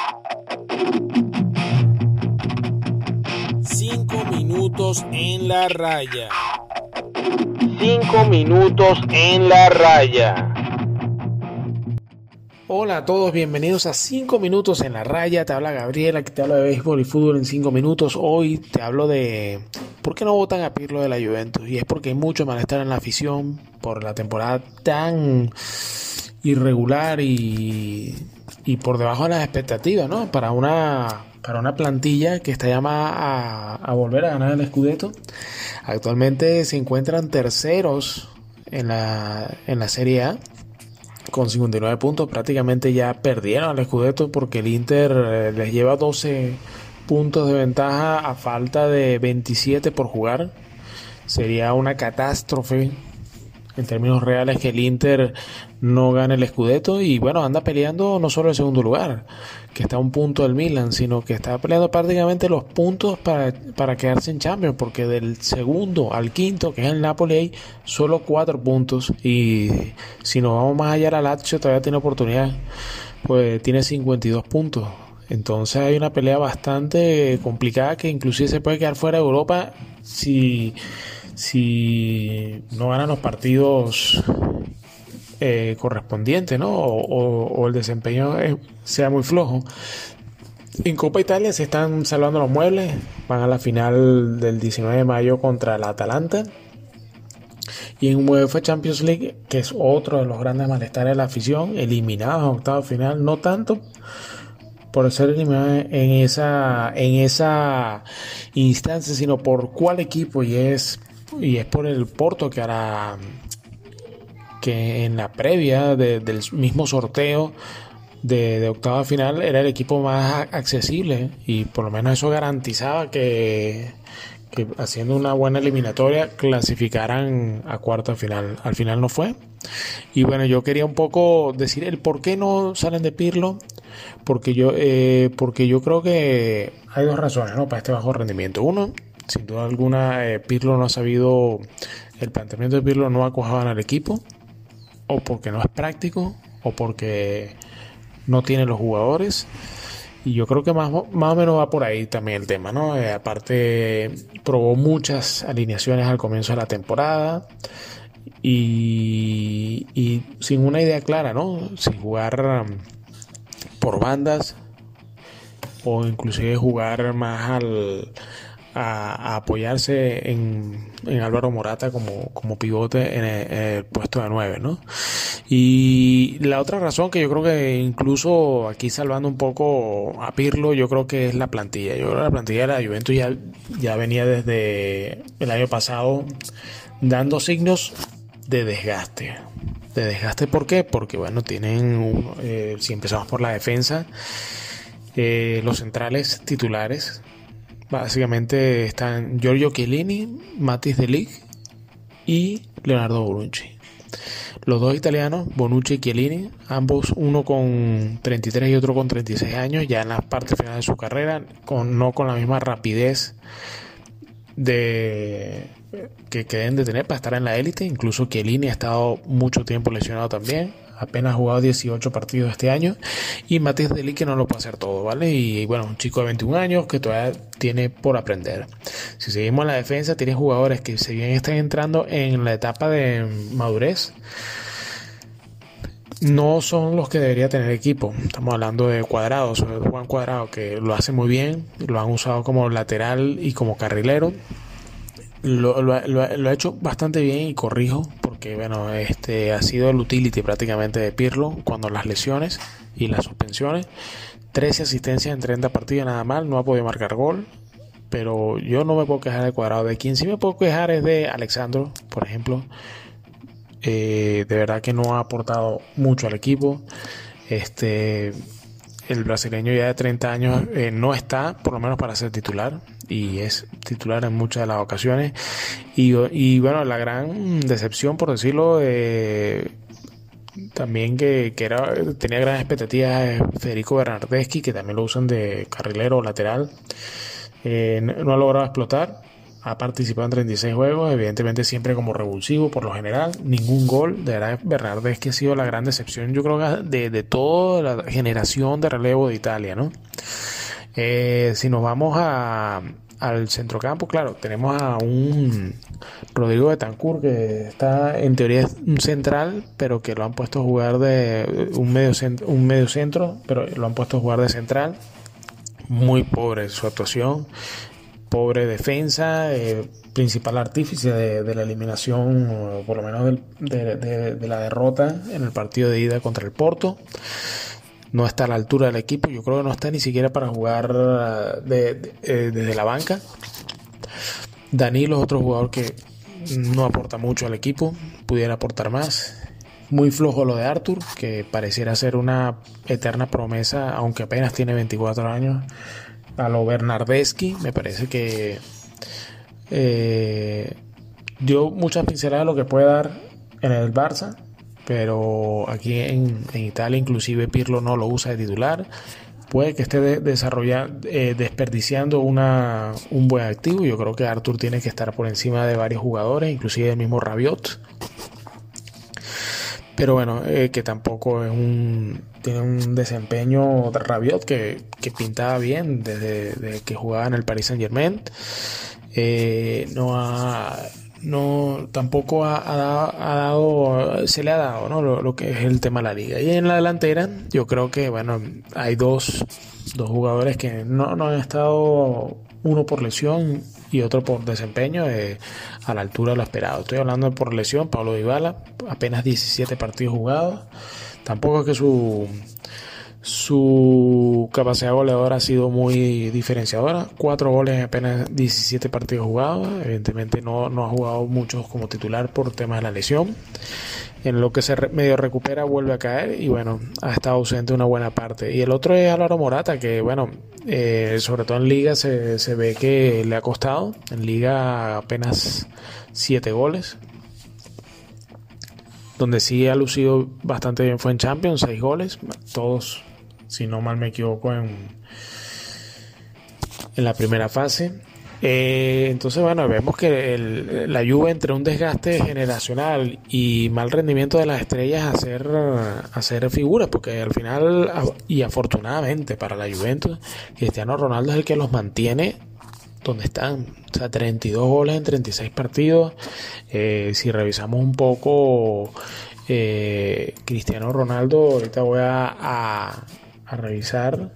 Cinco minutos en la raya. 5 minutos en la raya. Hola a todos, bienvenidos a 5 minutos en la raya. Te habla Gabriela, que te habla de béisbol y fútbol en 5 minutos. Hoy te hablo de por qué no votan a Pirlo de la Juventus. Y es porque hay mucho malestar en la afición por la temporada tan irregular y por debajo de las expectativas, ¿no? Para una plantilla que está llamada a volver a ganar el Scudetto. Actualmente se encuentran terceros en la Serie A con 59 puntos. Prácticamente ya perdieron el Scudetto porque el Inter les lleva 12 puntos de ventaja a falta de 27 por jugar. Sería una catástrofe en términos reales que el Inter no gane el Scudetto, y bueno, anda peleando no solo el segundo lugar, que está a un punto del Milan, sino que está peleando prácticamente los puntos para quedarse en Champions, porque del segundo al quinto, que es el Napoli, hay solo 4 puntos, y si nos vamos más allá, la Lazio todavía tiene oportunidad, pues tiene 52 puntos. Entonces hay una pelea bastante complicada que inclusive se puede quedar fuera de Europa si no ganan los partidos correspondientes, ¿no? O el desempeño sea muy flojo. En Copa Italia se están salvando los muebles. Van a la final del 19 de mayo contra la Atalanta. Y en UEFA Champions League, que es otro de los grandes malestares de la afición, eliminados en octavo final, no tanto por ser eliminado en esa instancia, sino por cuál equipo, y es por el Porto, que en la previa del mismo sorteo de octava final era el equipo más accesible, y por lo menos eso garantizaba que haciendo una buena eliminatoria clasificaran a cuarta final. Al final no fue. Y bueno, yo quería un poco decir el por qué no salen de Pirlo, porque yo creo que hay dos razones, ¿no?, para este bajo rendimiento. Uno, sin duda alguna, Pirlo no ha sabido, el planteamiento de Pirlo no ha cuajado en el equipo, o porque no es práctico, o porque no tiene los jugadores. Y yo creo que más o menos va por ahí también el tema, ¿no? Aparte, probó muchas alineaciones al comienzo de la temporada y sin una idea clara, ¿no? Sin jugar por bandas, o inclusive jugar más a apoyarse en Álvaro Morata como pivote en el puesto de 9, ¿no? Y la otra razón, que yo creo que incluso aquí salvando un poco a Pirlo, yo creo que es la plantilla. Yo creo que la plantilla de la Juventus ya venía desde el año pasado dando signos de desgaste. ¿Por qué? Porque bueno, tienen, si empezamos por la defensa, los centrales titulares básicamente están Giorgio Chiellini, Matthijs de Ligt y Leonardo Bonucci. Los dos italianos, Bonucci y Chiellini, ambos, uno con 33 y otro con 36 años, ya en la parte final de su carrera, no con la misma rapidez que deben de tener para estar en la élite. Incluso Chiellini ha estado mucho tiempo lesionado también, apenas ha jugado 18 partidos este año, y Matthijs de Ligt, que no lo puede hacer todo, ¿vale? Y bueno, un chico de 21 años que todavía tiene por aprender. Si seguimos en la defensa, tiene jugadores que, si bien están entrando en la etapa de madurez, no son los que debería tener equipo. Estamos hablando de Cuadrado, sobre Juan Cuadrado, que lo hace muy bien, lo han usado como lateral y como carrilero. Lo ha hecho bastante bien, y corrijo, porque bueno, ha sido el utility prácticamente de Pirlo cuando las lesiones y las suspensiones. 13 asistencias en 30 partidos, nada mal, no ha podido marcar gol, pero yo no me puedo quejar de Cuadrado. De quien sí me puedo quejar es de Alexandro, por ejemplo. De verdad que no ha aportado mucho al equipo. El brasileño ya de 30 años no está, por lo menos para ser titular, y es titular en muchas de las ocasiones. Y bueno, la gran decepción, por decirlo, también que tenía grandes expectativas, es Federico Bernardeschi, que también lo usan de carrilero o lateral. No ha logrado explotar. ha participado en 36 juegos, evidentemente siempre como revulsivo por lo general, ningún gol. De verdad, Bernardeschi que ha sido la gran decepción, yo creo que de toda la generación de relevo de Italia, ¿no? Si nos vamos al centrocampo, claro, tenemos a un Rodrigo Bentancur que está en teoría es un central, pero que lo han puesto a jugar de un medio centro, pero lo han puesto a jugar de central. Muy pobre su actuación, pobre defensa, principal artífice de la eliminación, o por lo menos de la derrota en el partido de ida contra el Porto. No está a la altura del equipo, yo creo que no está ni siquiera para jugar desde la banca. Danilo es otro jugador que no aporta mucho al equipo, pudiera aportar más. Muy flojo lo de Arthur, que pareciera ser una eterna promesa, aunque apenas tiene 24 años. A lo Bernardeschi, me parece que dio muchas pinceladas de lo que puede dar en el Barça, pero aquí en Italia inclusive Pirlo no lo usa de titular. Puede que esté desperdiciando un buen activo. Yo creo que Arthur tiene que estar por encima de varios jugadores, inclusive el mismo Rabiot. Pero bueno, que tampoco tiene un desempeño de Rabiot que pintaba bien desde que jugaba en el Paris Saint-Germain. Tampoco se le ha dado, ¿no? lo que es el tema de la liga. Y en la delantera yo creo que bueno, hay dos jugadores que no han estado, uno por lesión y otro por desempeño a la altura de lo esperado. Estoy hablando por lesión, Paulo Dybala, apenas 17 partidos jugados. Tampoco es que su capacidad goleadora ha sido muy diferenciadora. 4 goles en apenas 17 partidos jugados. Evidentemente no ha jugado muchos como titular por temas de la lesión. En lo que se medio recupera vuelve a caer y bueno, ha estado ausente una buena parte. Y el otro es Álvaro Morata, que bueno, sobre todo en Liga se ve que le ha costado. En Liga apenas 7 goles. Donde sí ha lucido bastante bien fue en Champions, 6 goles. Todos, si no mal me equivoco, en la primera fase. Entonces bueno, vemos que la Juve, entre un desgaste generacional y mal rendimiento de las estrellas, hacer figuras, porque al final y afortunadamente para la Juventus, Cristiano Ronaldo es el que los mantiene donde están. O sea, 32 goles en 36 partidos. Si revisamos un poco Cristiano Ronaldo, ahorita voy a revisar,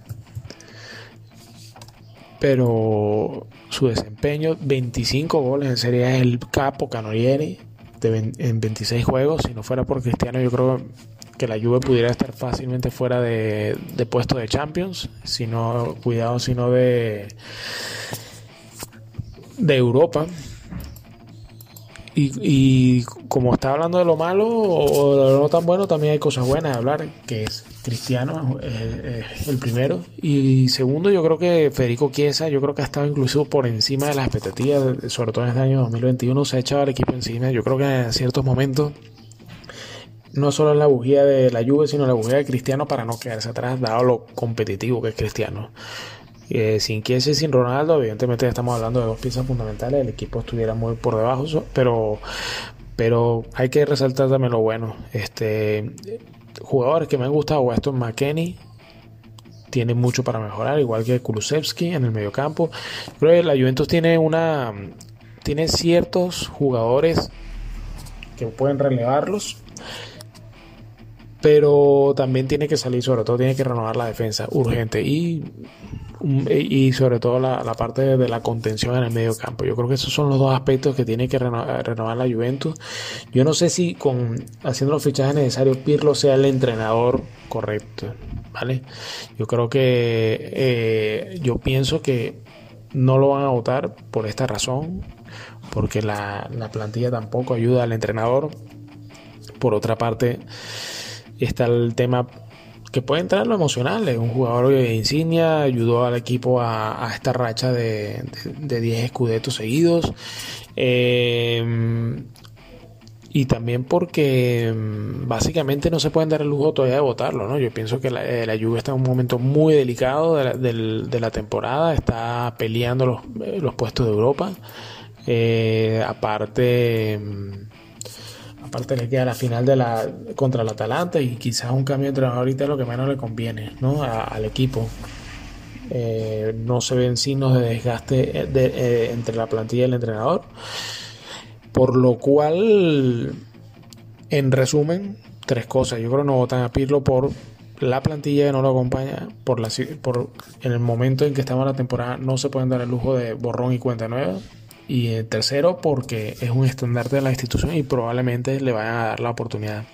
pero su desempeño, 25 goles en Serie A, es el capo Canonieri en 26 juegos. Si no fuera por Cristiano, yo creo que la Juve pudiera estar fácilmente fuera de puesto de Champions, sino de Europa. Y como está hablando de lo malo o de lo no tan bueno, también hay cosas buenas de hablar, que es Cristiano, el primero. Y segundo, yo creo que Federico Chiesa, yo creo que ha estado incluso por encima de las expectativas, sobre todo en este año 2021, se ha echado al equipo encima. Yo creo que en ciertos momentos, no solo en la bujía de la Juve, sino en la bujía de Cristiano, para no quedarse atrás, dado lo competitivo que es Cristiano. Sin Chiesa y sin Ronaldo, evidentemente estamos hablando de dos piezas fundamentales, el equipo estuviera muy por debajo, pero hay que resaltar también lo bueno. Jugadores que me han gustado, Weston McKennie tiene mucho para mejorar, igual que Kulusevski en el mediocampo. Creo que la Juventus tiene ciertos jugadores que pueden relevarlos, pero también tiene que salir, sobre todo tiene que renovar la defensa urgente y sobre todo la parte de la contención en el medio campo. Yo creo que esos son los dos aspectos que tiene que renovar la Juventus. Yo no sé si haciendo los fichajes necesarios Pirlo sea el entrenador correcto, ¿vale? Yo creo que yo pienso que no lo van a votar por esta razón, porque la plantilla tampoco ayuda al entrenador. Por otra parte está el tema que puede entrar en lo emocional. Es un jugador insignia, ayudó al equipo a esta racha de 10 scudettos seguidos, y también porque básicamente no se pueden dar el lujo todavía de votarlo, ¿no? Yo pienso que la Juve está en un momento muy delicado de la temporada, está peleando los puestos de Europa. Aparte le queda la final contra el Atalanta, y quizás un cambio de entrenador ahorita es lo que menos le conviene, ¿no? Al equipo. No se ven signos de desgaste entre la plantilla y el entrenador, por lo cual, en resumen, tres cosas. Yo creo que no votan a Pirlo por la plantilla que no lo acompaña, por en el momento en que estamos en la temporada no se pueden dar el lujo de borrón y cuenta nueva. Y tercero, porque es un estandarte de la institución y probablemente le vayan a dar la oportunidad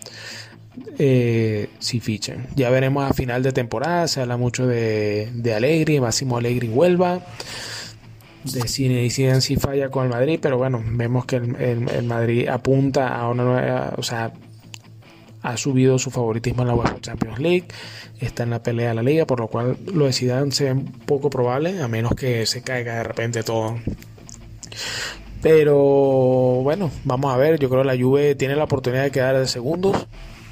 si fichan. Ya veremos a final de temporada. Se habla mucho de Allegri, Máximo Allegri vuelva, de Zinedine si falla con el Madrid, pero bueno, vemos que el Madrid apunta a una nueva, o sea, ha subido su favoritismo en la UEFA Champions League, está en la pelea de la Liga, por lo cual lo de Zidane se ve poco probable, a menos que se caiga de repente todo. Pero bueno, vamos a ver. Yo creo que la Juve tiene la oportunidad de quedar de segundos.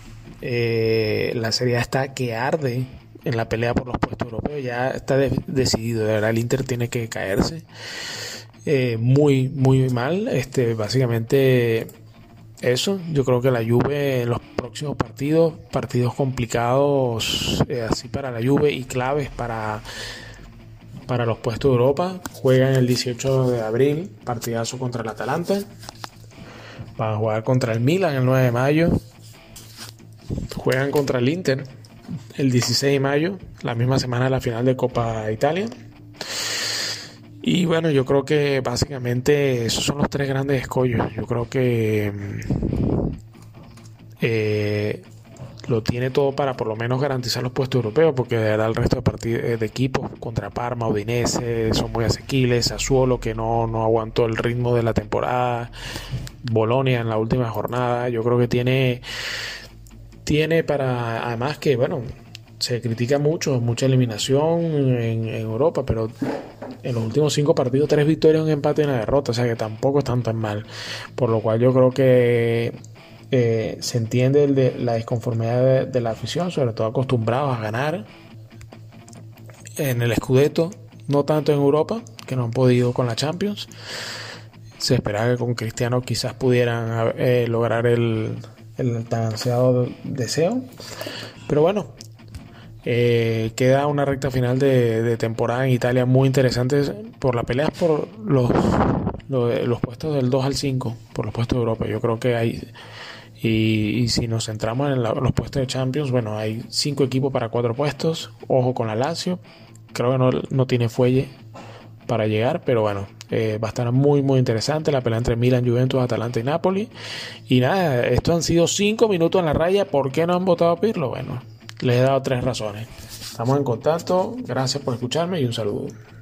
La Serie A está que arde en la pelea por los puestos europeos. Ya está decidido. De verdad, el Inter tiene que caerse muy, muy mal. Básicamente eso. Yo creo que la Juve en los próximos partidos complicados así para la Juve y claves para los puestos de Europa. Juegan el 18 de abril, partidazo contra el Atalanta. Van a jugar contra el Milan el 9 de mayo. Juegan contra el Inter el 16 de mayo, la misma semana de la final de Copa Italia. Y bueno, yo creo que básicamente esos son los tres grandes escollos. Yo creo que lo tiene todo para por lo menos garantizar los puestos europeos, porque de verdad el resto de equipos contra Parma, Udinese son muy asequibles. Sassuolo, que no aguantó el ritmo de la temporada, Bolonia en la última jornada. Yo creo que tiene para, además que bueno, se critica mucha eliminación en Europa, pero en los últimos 5 partidos 3 victorias, un empate y una derrota, o sea que tampoco están tan mal, por lo cual yo creo que se entiende la desconformidad de la afición, sobre todo acostumbrados a ganar en el Scudetto, no tanto en Europa, que no han podido con la Champions. Se esperaba que con Cristiano quizás pudieran lograr el tan ansiado deseo, pero bueno, queda una recta final de temporada en Italia muy interesante por la pelea por los puestos del 2 al 5, por los puestos de Europa. Yo creo que hay, y si nos centramos en los puestos de Champions, bueno, hay 5 equipos para 4 puestos. Ojo con la Lazio, creo que no tiene fuelle para llegar, pero bueno, va a estar muy muy interesante la pelea entre Milan, Juventus, Atalanta y Napoli. Y nada, estos han sido 5 minutos en la raya. ¿Por qué no han votado a Pirlo? Bueno, les he dado 3 razones. Estamos en contacto, gracias por escucharme y un saludo.